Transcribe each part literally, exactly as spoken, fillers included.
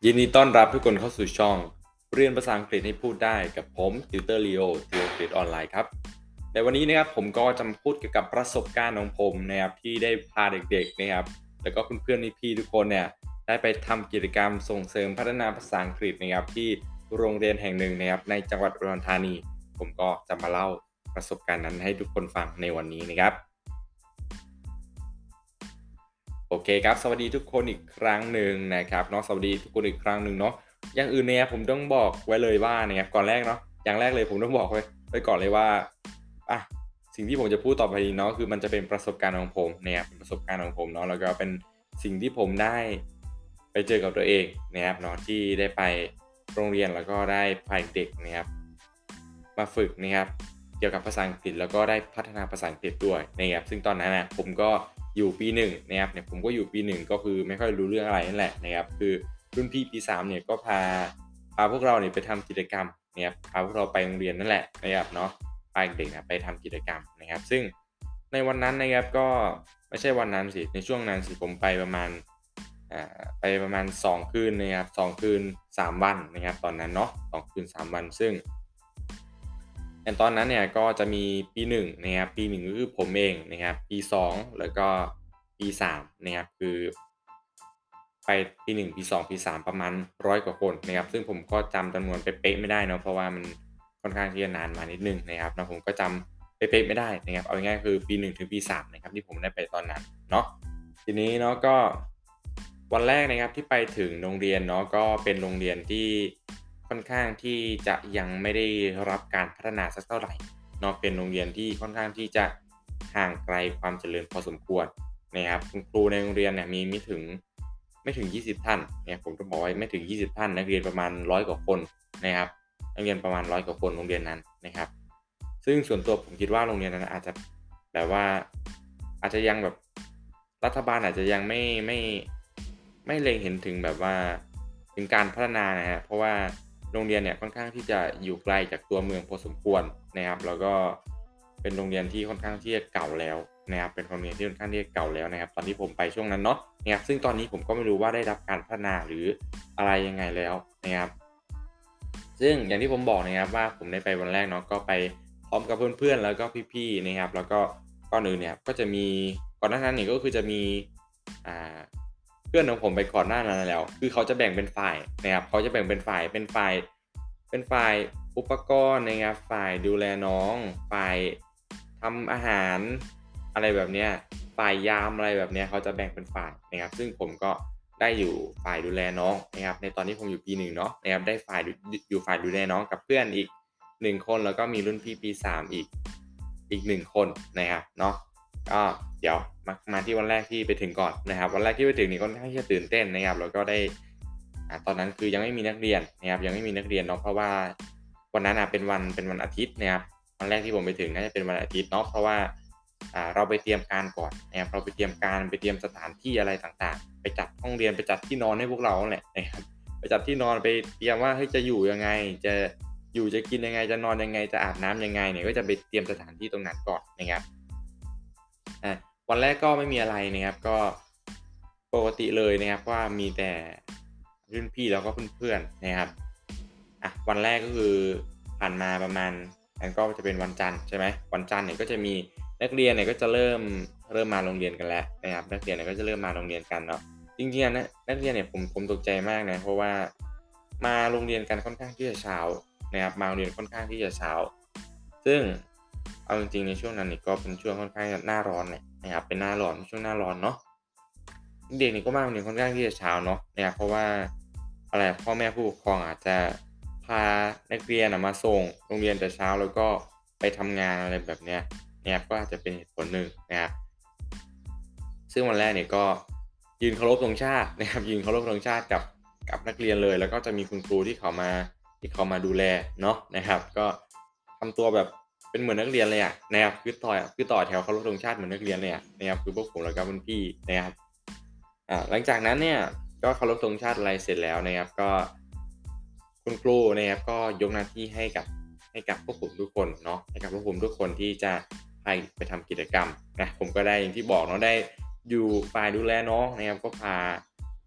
ยินดีต้อนรับทุกคนเข้าสู่ช่องเรียนภาษาอังกฤษให้พูดได้กับผมติวเตอร์ลีโอติวอังกฤษออนไลน์ครับในวันนี้นะครับผมก็จะมาพูดเกี่ยวกับประสบการณ์ของผมนะครับที่ได้พาเด็กๆนะครับแล้วก็เพื่อนๆพี่ๆทุกคนเนี่ยได้ไปทำกิจกรรมส่งเสริมพัฒนาภาษาอังกฤษนะครับที่โรงเรียนแห่งหนึ่งนะครับในจังหวัดอุดรธานีผมก็จะมาเล่าประสบการณ์นั้นให้ทุกคนฟังในวันนี้นะครับ โอเคครับสวัสดีทุกคนอีกครั้งหนึ่งนะครับเนาะสวัสดีทุกคนอีกครั้งหนึ่งเนาะอย่างอื่นเนี่ยผมต้องบอกไว้เลยว่านะครับก่อนแรกเนาะอย่างแรกเลยผมต้องบอกไว้ไว้ก่อนเลยว่าอ่ะสิ่งที่ผมจะพูดต่อไปนี้เนาะคือมันจะเป็นประสบการณ์ของผมนะครับเป็นประสบการณ์ของผมเนาะแล้วก็เป็นสิ่งที่ผมได้ไปเจอกับตัวเองนะครับเนาะที่ได้ไปโรงเรียนแล้วก็ได้พาเด็กนะครับมาฝึกนะครับเกี่ยวกับภาษาอังกฤษแล้วก็ได้พัฒนาภาษาอังกฤษด้วยนะครับซึ่งตอนนั้นนะผมก็อยู่ปีหนึ่งนะครับเนี่ยผมก็อยู่ปีหนึ่งก็คือไม่ค่อยรู้เรื่องอะไรนั่นแหละนะครับคือรุ่นพี่ปีสามเนี่ยก็พาพาพวกเราเนี่ยไปทำกิจกรรมนะครับพาพวกเราไปโรงเรียนนั่นแหละนะครับเนาะพาเด็กๆไปทำกิจกรรมนะครับซึ่งในวันนั้นนะครับก็ไม่ใช่วันนั้นสิในช่วงนั้นสิผมไปประมาณอ่าไปประมาณสองคืนนะครับสองคืนสามวันนะครับตอนนั้นเนาะสองคืนสามวันซึ่ง อย่างตอนนั้นเนี่ยก็จะมีปีหนึ่งนะครับปีหนึ่งก็คือผมเองนะครับปีสองแล้วก็ปีสามนะครับคือไปปีหนึ่งปีสองปีสามประมาณร้อยกว่าคนนะครับซึ่งผมก็จำจำนวนเป๊ะๆไม่ได้เนาะเพราะว่ามันค่อนข้างที่จะนานมานิดหนึ่งนะครับแล้วผมก็จำเป๊ะๆไม่ได้นะครับเอาง่ายๆคือปีหนึ่งถึงปีสามนะครับที่ผมได้ไปตอนนั้นเนาะทีนี้เนาะก็วันแรกนะครับที่ไปถึงโรงเรียนเนาะก็เป็นโรงเรียนที่ค่อนข้างที่จะยังไม่ได้รับการพัฒนาสักเท่าไร เนาะเป็นโรงเรียนที่ค่อนข้างที่จะห่างไกลความเจริญพอสมควรนะครับคุณครูในโรงเรียนเนี่ยมีไม่ถึงไม่ถึงยี่สิบท่านนะครับผมต้องบอกว่าไม่ถึงยี่สิบท่านนักเรียนประมาณร้อยกว่าคนนะครับนักเรียนประมาณร้อยกว่าคนโรงเรียนนั้นนะครับซึ่งส่วนตัวผมคิดว่าโรงเรียนนั้นอาจจะแบบว่าอาจจะยังแบบรัฐบาลอาจจะยังไม่ไม่ไม่เล็งเห็นถึงแบบว่าถึงการพัฒนานะครับเพราะว่าโรงเรียนเนี่ยค่อนข้างที่จะอยู่ไกลจากตัวเมืองพอสมควรนะครับแล้วก็เป็นโรงเรียนที่ค่อนข้างที่จะเก่าแล้วนะครับเป็นโรงเรียนที่ค่อนข้างที่จะเก่าแล้วนะครับตอนที่ผมไปช่วงนั้นเนาะนะครับซึ่งตอนนี้ผมก็ไม่รู้ว่าได้รับการพัฒนาหรืออะไรยังไงแล้วนะครับซึ่งอย่างที่ผมบอกนะครับว่าผมได้ไปวันแรกเนาะก็ไปพร้อมกับเพื่อนๆแล้วก็พี่ๆนะครับแล้วก็ก่อนอื่นเนี่ยก็จะมีก่อนหน้านั้นเนี่ยก็คือจะมีอ่า เพื่อนของผมไปก่อนหน้านั้นแล้วคือเขาจะแบ่งเป็นฝ่ายนะครับเขาจะแบ่งเป็นฝ่ายเป็นฝ่ายเป็นฝ่ายอุปกรณ์นะครับฝ่ายดูแลน้องฝ่ายทำอาหารอะไรแบบเนี้ยฝ่ายยามอะไรแบบเนี้ยเขาจะแบ่งเป็นฝ่ายนะครับซึ่งผมก็ได้อยู่ฝ่ายดูแลน้องนะครับในตอนที่ผมอยู่ปีหนึ่งเนาะนะครับได้ฝ่ายดอยู่ฝ่ายดูแลน้องกับเพื่อนอีกหนึ่งคนแล้วก็มีรุ่นพี่ปีสามอีกอีกหนึ่งคนนะครับเนาะ ก็เดี๋ยวมามาที่วันแรกที่ไปถึงก่อนนะครับวันแรกที่ไปถึงนี่ค่อนข้างที่จะตื่นเต้นนะครับแล้วก็ได้อ่าตอนนั้นคือยังไม่มีนักเรียนนะครับยังไม่มีนักเรียนเนาะเพราะว่าวันนั้นน่ะเป็นวันเป็นวันอาทิตย์นะครับวันแรกที่ผมไปถึงน่าจะเป็นวันอาทิตย์เนาะเพราะว่าอ่าเราไปเตรียมการก่อนนะครับเราไปเตรียมการไปเตรียมสถานที่อะไรต่างๆไปจัดห้องเรียนไปจัดที่นอนให้พวกเรานั่นแหละนะครับไปจัดที่นอนไปเตรียมว่าเฮ้ยจะอยู่ยังไงจะอยู่จะกินยังไงจะนอนยังไงจะอาบน้ำยังไงเนี่ยก็จะไปเตรียมสถานที่ตรงนั้นก่อนนะครับ อาวันแรกก็ไม่มีอะไรนะครับก็ปกติเลยนะครับว่ามีแต่รุ่นพี่แล้วก็เพื่อนๆนะครับอะวันแรกก็คือผ่านมาประมาณมันก็จะเป็นวันจันทร์ใช่ไหมวันจันทร์เนี่ยก็จะมีนักเรียนเนี่ยก็จะเริ่มเริ่มมาโรงเรียนกันแล้วนะครับนักเรียนเนี่ยก็จะเริ่มมาโรงเรียนกันเนาะจริงๆอะนะนักเรียนเนี่ยผมผมตกใจมากนะเพราะว่ามาโรงเรียนกันค่อนข้างที่จะเช้านะครับมาโรงเรียนค่อนข้างที่จะเช้าซึ่ง เอาจริงๆในช่วงนั้นนี่ก็เป็นช่วงค่อนข้างจะหน้าร้อนแหละนะครับเป็นหน้าร้อนช่วงหน้าร้อนเนาะเด็กนี่ก็มาโรงเรียนค่อนข้างที่จะเช้าเนาะนะครับเพราะว่าอะไรอะพ่อแม่ผู้ปกครองอาจจะพานักเรียนอะมาส่งโรงเรียนแต่เช้าแล้วก็ไปทำงานอะไรแบบเนี้ยนะครับก็อาจจะเป็นเหตุผลหนึ่งนะครับซึ่งวันแรกเนี่ยก็ยืนเคารพธงชาตินะครับยืนเคารพธงชาติกับกับนักเรียนเลยแล้วก็จะมีคุณครูที่เขามาที่เขามาดูแลเนาะนะครับก็ทำตัวแบบ เป็นเหมือนนักเรียนเลยอะนะครับคือต่อยคือต่อแถวเคารพธงชาติเหมือนนักเรียนเลยอะนะครับคือพวกผมแล้วก็รุ่นพี่นะครับอ่าหลังจากนั้นเนี่ยก็เคารพธงชาติอะไรเสร็จแล้วนะครับก็คุณครูนะครับก็ยกหน้าที่ให้กับให้กับพวกผมทุกคนเนาะให้กับพวกผมทุกคนที่จะให้ไปทำกิจกรรมนะผมก็ได้อย่างที่บอกเนาะได้อยู่ฝ่ายดูแลน้องนะครับก็พา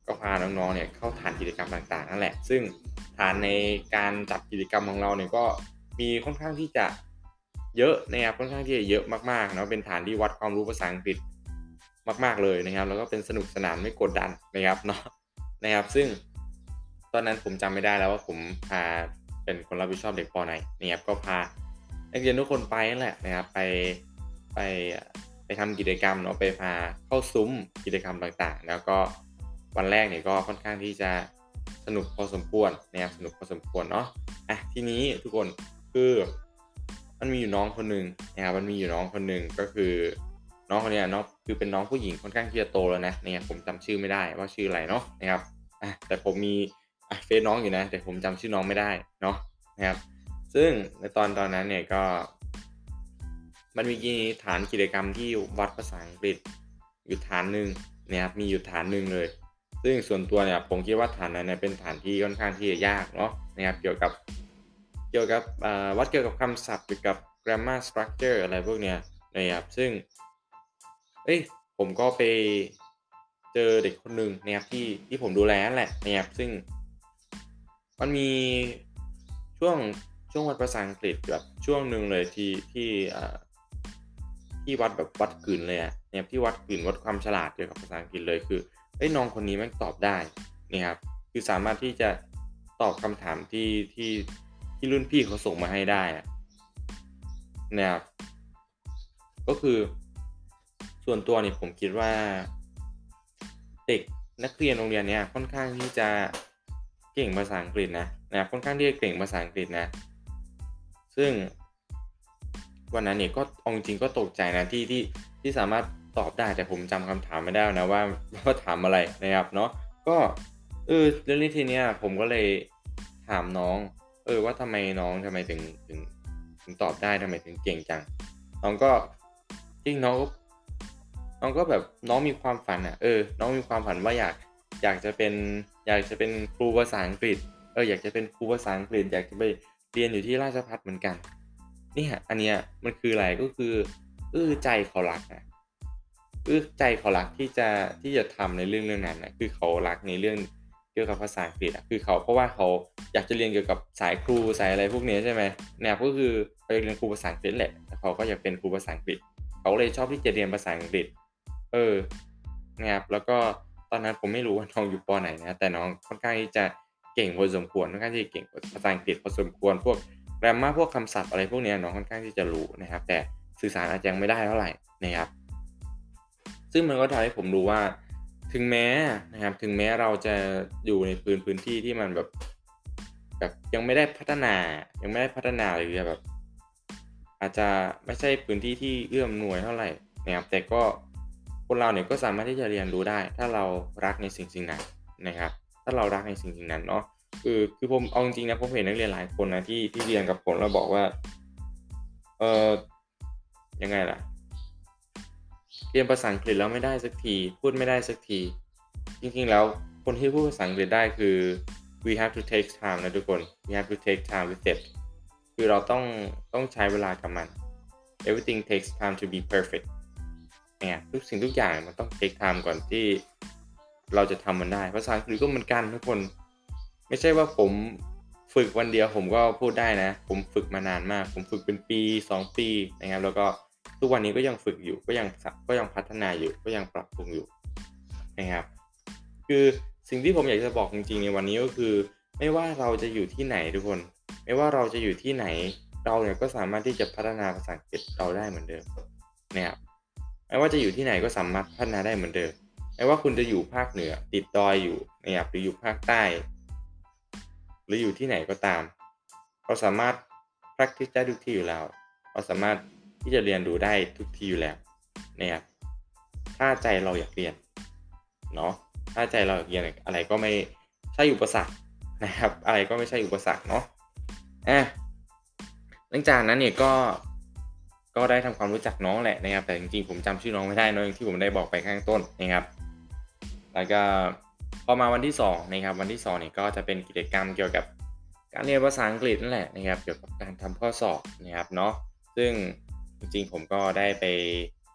ก็พาน้องๆเนี่ยเข้าฐานกิจกรรมต่างๆนั่นแหละซึ่งฐานในการจัดกิจกรรมของเราเนี่ยก็มีค่อนข้างที่จะเยอะนะครับค่อนข้างที่จะเยอะมากๆเนาะเป็นฐานที่วัดความรู้ภาษาอังกฤษมากๆเลยนะครับแล้วก็เป็นสนุกสนานไม่กดดันนะครับเนาะนะครับซึ่งตอนนั้นผมจำไม่ได้แล้วว่าผมพาเป็นคนรับผิดชอบเด็กป.ไหนนะครับก็พานักเรียนทุกคนไปนั่นแหละนะครับไปไปไปทำกิจกรรมเนาะไปพาเข้าซุ้มกิจกรรมต่างๆแล้วก็วันแรกเนี่ยก็ค่อนข้างที่จะสนุกพอสมควรนะครับสนุกพอสมควรเนาะอ่ะทีนี้ทุกคนคือมันมีอยู่น้องคนหนึ่งนะครับมันมีอยู่น้องคนหนึ่งก็คือน้องคนนี้น้องคือเป็นน้องผู้หญิงค่อนข้างที่จะโตแล้วนะเนี่ยผมจำชื่อไม่ได้ว่าชื่ออะไรเนาะนะครับอ่ะแต่ผมมีอ่ะเฟซน้องอยู่นะแต่ผมจำชื่อน้องไม่ได้เนาะนะครับซึ่งในตอนตอนนั้นเนี่ยก็มันมีฐานกิจกรรมที่วัดภาษาอังกฤษอยู่ฐานหนึ่งนะครับมีอยู่ฐานหนึ่งเลยซึ่งส่วนตัวเนี่ยผมคิดว่าฐานนั้นเนี่ยเป็นฐานที่ค่อนข้างที่จะยากเนาะนะครับเกี่ยวกับเกี่ยวกับวัดเกี่ยวกับคำศัพท์เกี่ยวกับ grammar structure อะไรพวกเนี้ยนะครับซึ่งเอ้ยผมก็ไปเจอเด็กคนหนึ่งนะครับที่ที่ผมดูแลนั่นแหละนะครับซึ่งมันมีช่วงช่วงวัดภาษาอังกฤษแบบช่วงหนึ่งเลยที่ที่อ่าที่วัดแบบวัดกลืนเลยอะเนี่ยที่วัดกลืนวัดความฉลาดเกี่ยวกับภาษาอังกฤษเลยคือเฮ้ยน้องคนนี้แม่งตอบได้นะครับคือสามารถที่จะตอบคำถามที่ที่ที่รุ่นพี่เขาส่งมาให้ได้อะนะครับก็คือส่วนตัวเนี่ยผมคิดว่าเด็กนักเรียนโรงเรียนเนี้ยค่อนข้างที่จะเก่งภาษาอังกฤษนะนะครับค่อนข้างที่จะเก่งภาษาอังกฤษนะซึ่งวันนั้นเนี่ยก็เอาจริงๆก็ตกใจนะที่ที่ที่สามารถตอบได้แต่ผมจำคำถามไม่ได้นะว่าว่าถามอะไรนะครับเนาะก็เออเรื่องนี้ทีเนี้ยผมก็เลยถามน้องเออว่าทำไมน้องทำไมถึงถึงถึงตอบได้ทำไมถึงเก่งจังน้องก็จริงน้องก็น้องก็แบบน้องมีความฝันอะเออน้องมีความฝันว่าอยากอยากจะเป็นอยากจะเป็นครูภาษาอังกฤษเอออยากจะเป็นครูภาษาอังกฤษอยากจะไปเรียนอยู่ที่ราชภัฏเหมือนกันเนี่ยอันเนี้ยมันคืออะไรก็คือเออใจเขารักนะเออใจเขารักที่จะที่จะทำในเรื่องเรื่องนั้นนะคือเขารักในเรื่องเกี่ยวกับภาษาอังกฤษอะคือเขาเพราะว่าเขาอยากจะเรียนเกี่ยวกับสายครูสายอะไรพวกนี้ใช่ไหมเนี่ยก็คือไปเรียนครูภาษาอังกฤษแหละแต่เขาก็อยากเป็นครูภาษาอังกฤษเขาเลยชอบที่จะเรียนภาษาอังกฤษเออนะครับแล้วก็ตอนนั้นผมไม่รู้ว่าน้องอยู่ป.ไหนนะแต่น้องค่อนข้างที่จะเก่งพอสมควรค่อนข้างที่จะเก่งภาษาอังกฤษพอสมควรพวก grammar พวกคำศัพท์อะไรพวกนี้น้องค่อนข้างที่จะรู้นะครับแต่สื่อสารอาจจะยังไม่ได้เท่าไหร่นะครับซึ่งมันก็ทำให้ผมรู้ว่าถึงแม้นะครับถึงแม้เราจะอยู่ในพื้นพื้นที่ที่มันแบบแบบยังไม่ได้พัฒนายังไม่ได้พัฒนาหรือแบบอาจจะไม่ใช่พื้นที่ที่เอื้ออำนวยเท่าไหร่นะครับแต่ก็คนเราเนี่ยก็สามารถที่จะเรียนรู้ได้ถ้าเรารักในสิ่งสิ่งนั้นนะครับถ้าเรารักในสิ่งสิ่งนั้นเนาะคือคือผมเอาจริงๆนะผมเห็นนักเรียนหลายคนนะที่ที่เรียนกับผมแล้วบอกว่าเออยังไงล่ะเรียนภาษาอังกฤษแล้วไม่ได้สักทีพูดไม่ได้สักทีจริงๆแล้วคนที่พูดภาษาอังกฤษได้คือ we have to take time นะทุกคน we have to take time with it คือเราต้องต้องใช้เวลากับมัน everything takes time to be perfect เนี่ยทุกสิ่งทุกอย่างมันต้อง take time ก่อนที่เราจะทำมันได้ภาษาอังกฤษก็เหมือนกันทุกคนไม่ใช่ว่าผมฝึกวันเดียวผมก็พูดได้นะผมฝึกมานานมากผมฝึกเป็นปีสองปีนะครับแล้วก็ทุกวันนี้ก็ยังฝึกอยู่ก็ยังก็ยังพัฒนาอยู่ก็ยังปรับปรุงอยู่นะครับคือสิ่งที่ผมอยากจะบอกจริงๆในวันนี้ก็คือไม่ว่าเราจะอยู่ที่ไหนทุกคนไม่ว่าเราจะอยู่ที่ไหนเราเนี่ยก็สามารถที่จะพัฒนาภาษาอังกฤษเราได้เหมือนเดิมนะครับไม่ว่าจะอยู่ที่ไหนก็สามารถพัฒนาได้เหมือนเดิมไม่ว่าคุณจะอยู่ภาคเหนือติดดอยอยู่นะครับหรืออยู่ภาคใต้หรืออยู่ที่ไหนก็ตามเราสามารถ practice ได้ทุกที่อยู่แล้วเราสามารถที่จะเรียนรู้ได้ทุกที่อยู่แล้วนะครับถ้าใจเราอยากเรียนเนาะถ้าใจเราอยากเรียนอะไรก็ไม่ใช่อุปสรรคนะครับอะไรก็ไม่ใช่อุปสรรคเนาะอ่ะหลังจากนั้นเนี่ยก็ก็ได้ทำความรู้จักน้องแหละนะครับแต่จริงๆผมจำชื่อน้องไม่ได้เนาะอย่างที่ผมได้บอกไปข้างต้นนะครับแล้วก็พอมาวันที่สองนะครับวันที่สองเนี่ยก็จะเป็นกิจกรรมเกี่ยวกับการเรียนภาษาอังกฤษนั่นแหละนะครับเกี่ยวกับการทำข้อสอบนะครับเนาะซึ่งจริงๆผมก็ได้ไป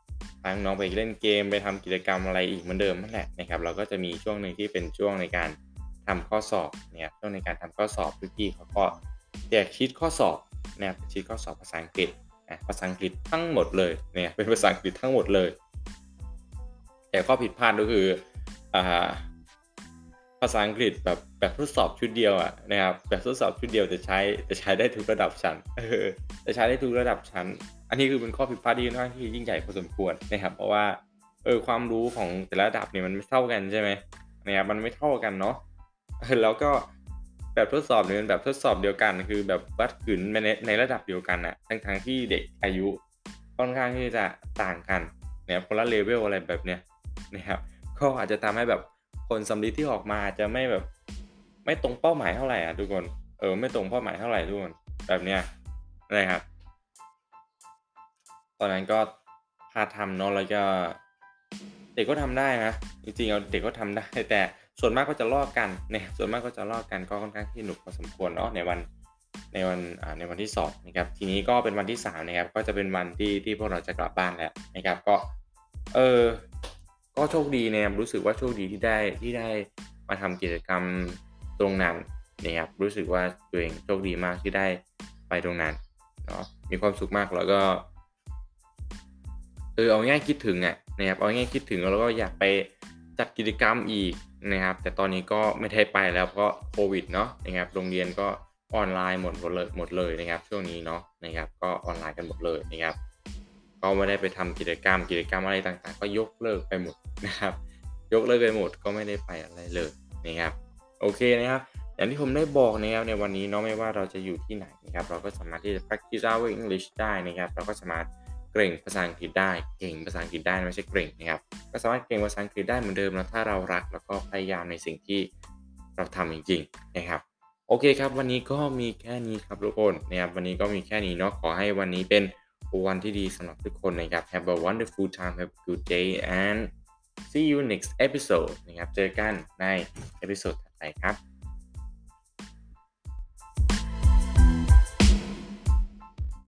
พาน้องๆไปเล่นเกมไปทำกิจกรรมอะไรอีกเหมือนเดิมนั่นแหละนะครับเราก็จะมีช่วงหนึ่งที่เป็นช่วงในการทำข้อสอบนะครับช่วงในการทำข้อสอบพี่ๆเขาก็แจกชีตข้อสอบนะครับชีตข้อสอบภาษาอังกฤษนะภาษาอังกฤษทั้งหมดเลยเนี่ยเป็นภาษาอังกฤษทั้งหมดเลยแต่ข้อผิดพลาดก็คืออ่าภาษาอังกฤษแบบแบบทดสอบชุดเดียวอะนะครับแบบทดสอบชุดเดียวจะใช้จะใช้ได้ทุกระดับชั้นเออจะใช้ได้ทุกระดับชั้นอันนี้คือเป็นข้อผิดพลาดที่ค่อนข้างที่ยิ่งใหญ่พอสมควรนะครับเพราะว่าเออความรู้ของแต่ละระดับเนี่ยมันไม่เท่ากันใช่ไหมนะครับมันไม่เท่ากันเนาะเออแล้วก็แบบทดสอบเนี่ยเป็นแบบทดสอบเดียวกันคือแบบวัดขืนในในระดับเดียวกันน่ะทั้งๆที่เด็กอายุค่อนข้างที่จะต่างกันนะครับคนละ level อะไรแบบเนี้ยนะครับ ก็อาจจะทำให้แบบผลสำลิดที่ออกมาอาจจะไม่แบบไม่ตรงเป้าหมายเท่าไรอะทุกคนเออไม่ตรงเป้าหมายเท่าไรทุกคนแบบเนี้ยนะครับตอนนั้นก็พาทำเนาะแล้วก็เด็กก็ทำได้นะจริงๆแล้วเด็กก็ทำได้แต่ส่วนมากก็จะลอกกันเนี่ยส่วนมากก็จะลอกกันก็ค่อนข้างที่หนุกพอสมควรเนาะในวันในวันอ่าในวันที่สองนะครับทีนี้ก็เป็นวันที่สามนะครับก็จะเป็นวันที่ที่พวกเราจะกลับบ้านแล้วนะครับก็เออ ก็โชคดีนะครับรู้สึกว่าโชคดีที่ได้ที่ได้มาทำกิจกรรมตรงนั้นนะครับรู้สึกว่าตัวเองโชคดีมากที่ได้ไปตรงนั้นเนาะมีความสุขมากแล้วก็เออเอาง่ายๆคิดถึงอะนะครับเอาง่ายๆคิดถึงแล้วก็อยากไปจัดกิจกรรมอีกนะครับแต่ตอนนี้ก็ไม่ได้ไปแล้วเพราะโควิดเนาะนะครับโรงเรียนก็ออนไลน์หมดหมดเลยหมดเลยนะครับช่วงนี้เนาะนะครับก็ออนไลน์กันหมดเลยนะครับ ก็ไม่ได้ไปทำกิจกรรมกิจกรรมอะไรต่างๆก็ยกเลิกไปหมดนะครับยกเลิกไปหมดก็ไม่ได้ไปอะไรเลยนะครับโอเคนะครับอย่างที่ผมได้บอกนะครับในวันนี้เนาะไม่ว่าเราจะอยู่ที่ไหนนะครับเราก็สามารถที่จะ practice our English ได้นะครับเราก็สามารถเก่งภาษาอังกฤษได้เก่งภาษาอังกฤษได้ไม่ใช่เก่งนะครับก็สามารถเก่งภาษาอังกฤษได้เหมือนเดิมนะถ้าเรารักแล้วก็พยายามในสิ่งที่เราทำจริงๆนะครับโอเคครับวันนี้ก็มีแค่นี้ครับทุกคนนะครับวันนี้ก็มีแค่นี้เนาะขอให้วันนี้เป็น วันที่ดีสำหรับทุกคนนะครับ Have a wonderful time have a good day and see you next episode นะครับเจอกันในเอพิโซดถัดไปครับ